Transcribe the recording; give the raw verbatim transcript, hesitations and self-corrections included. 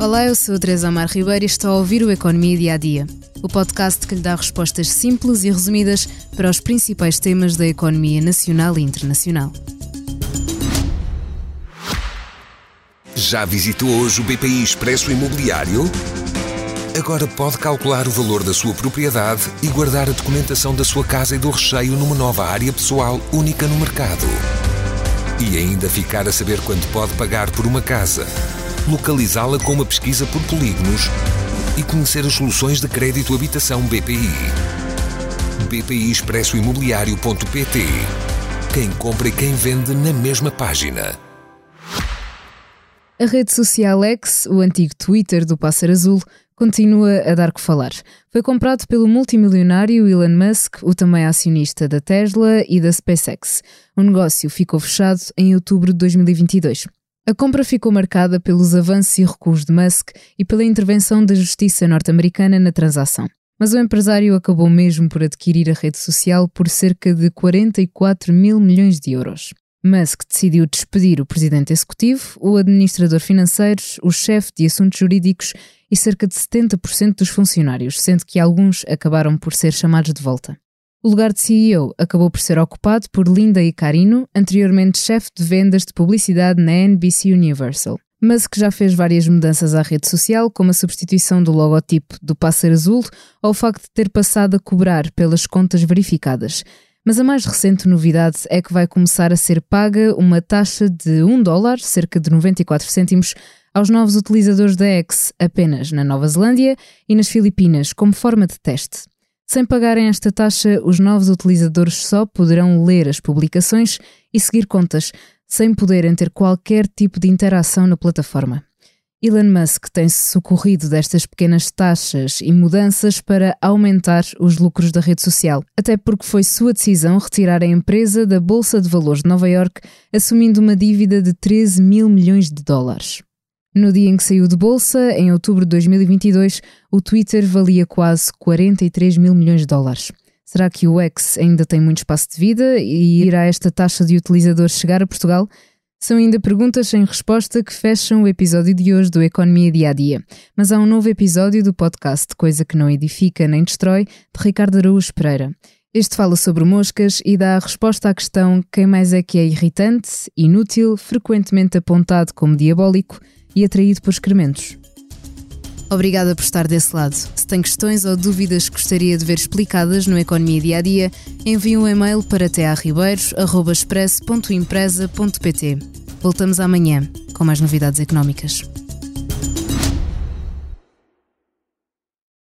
Olá, eu sou a Teresa Amar Ribeiro e estou a ouvir o Economia Dia a Dia, o podcast que lhe dá respostas simples e resumidas para os principais temas da economia nacional e internacional. Já visitou hoje o B P I Expresso Imobiliário? Agora pode calcular o valor da sua propriedade e guardar a documentação da sua casa e do recheio numa nova área pessoal única no mercado. E ainda ficar a saber quanto pode pagar por uma casa, localizá-la com uma pesquisa por polígonos e conhecer as soluções de crédito habitação B P I. B P I Expresso Imobiliário ponto P T. Quem compra e quem vende na mesma página. A rede social X, o antigo Twitter do Pássaro Azul, continua a dar que falar. Foi comprado pelo multimilionário Elon Musk, o também acionista da Tesla e da SpaceX. O negócio ficou fechado em outubro de dois mil e vinte e dois. A compra ficou marcada pelos avanços e recuos de Musk e pela intervenção da justiça norte-americana na transação. Mas o empresário acabou mesmo por adquirir a rede social por cerca de quarenta e quatro mil milhões de euros. Musk decidiu despedir o presidente executivo, o administrador financeiro, o chefe de assuntos jurídicos e cerca de setenta por cento dos funcionários, sendo que alguns acabaram por ser chamados de volta. O lugar de C E O acabou por ser ocupado por Linda Icarino, anteriormente chefe de vendas de publicidade na N B C Universal. Musk já fez várias mudanças à rede social, como a substituição do logotipo do Pássaro Azul ou o facto de ter passado a cobrar pelas contas verificadas. Mas a mais recente novidade é que vai começar a ser paga uma taxa de um dólar, cerca de noventa e quatro cêntimos, aos novos utilizadores da X, apenas na Nova Zelândia e nas Filipinas, como forma de teste. Sem pagarem esta taxa, os novos utilizadores só poderão ler as publicações e seguir contas, sem poderem ter qualquer tipo de interação na plataforma. Elon Musk tem-se socorrido destas pequenas taxas e mudanças para aumentar os lucros da rede social, até porque foi sua decisão retirar a empresa da Bolsa de Valores de Nova Iorque, assumindo uma dívida de treze mil milhões de dólares. No dia em que saiu de bolsa, em outubro de dois mil e vinte e dois, o Twitter valia quase quarenta e três mil milhões de dólares. Será que o X ainda tem muito espaço de vida e irá esta taxa de utilizadores chegar a Portugal? São ainda perguntas sem resposta que fecham o episódio de hoje do Economia Dia a Dia. Mas há um novo episódio do podcast Coisa que não edifica nem destrói, de Ricardo Araújo Pereira. Este fala sobre moscas e dá a resposta à questão quem mais é que é irritante, inútil, frequentemente apontado como diabólico e atraído por excrementos. Obrigada por estar desse lado. Se tem questões ou dúvidas que gostaria de ver explicadas no Economia Dia a Dia, envie um e-mail para t a ribeiros arroba expresso ponto empresa ponto p t. Voltamos amanhã com mais novidades económicas.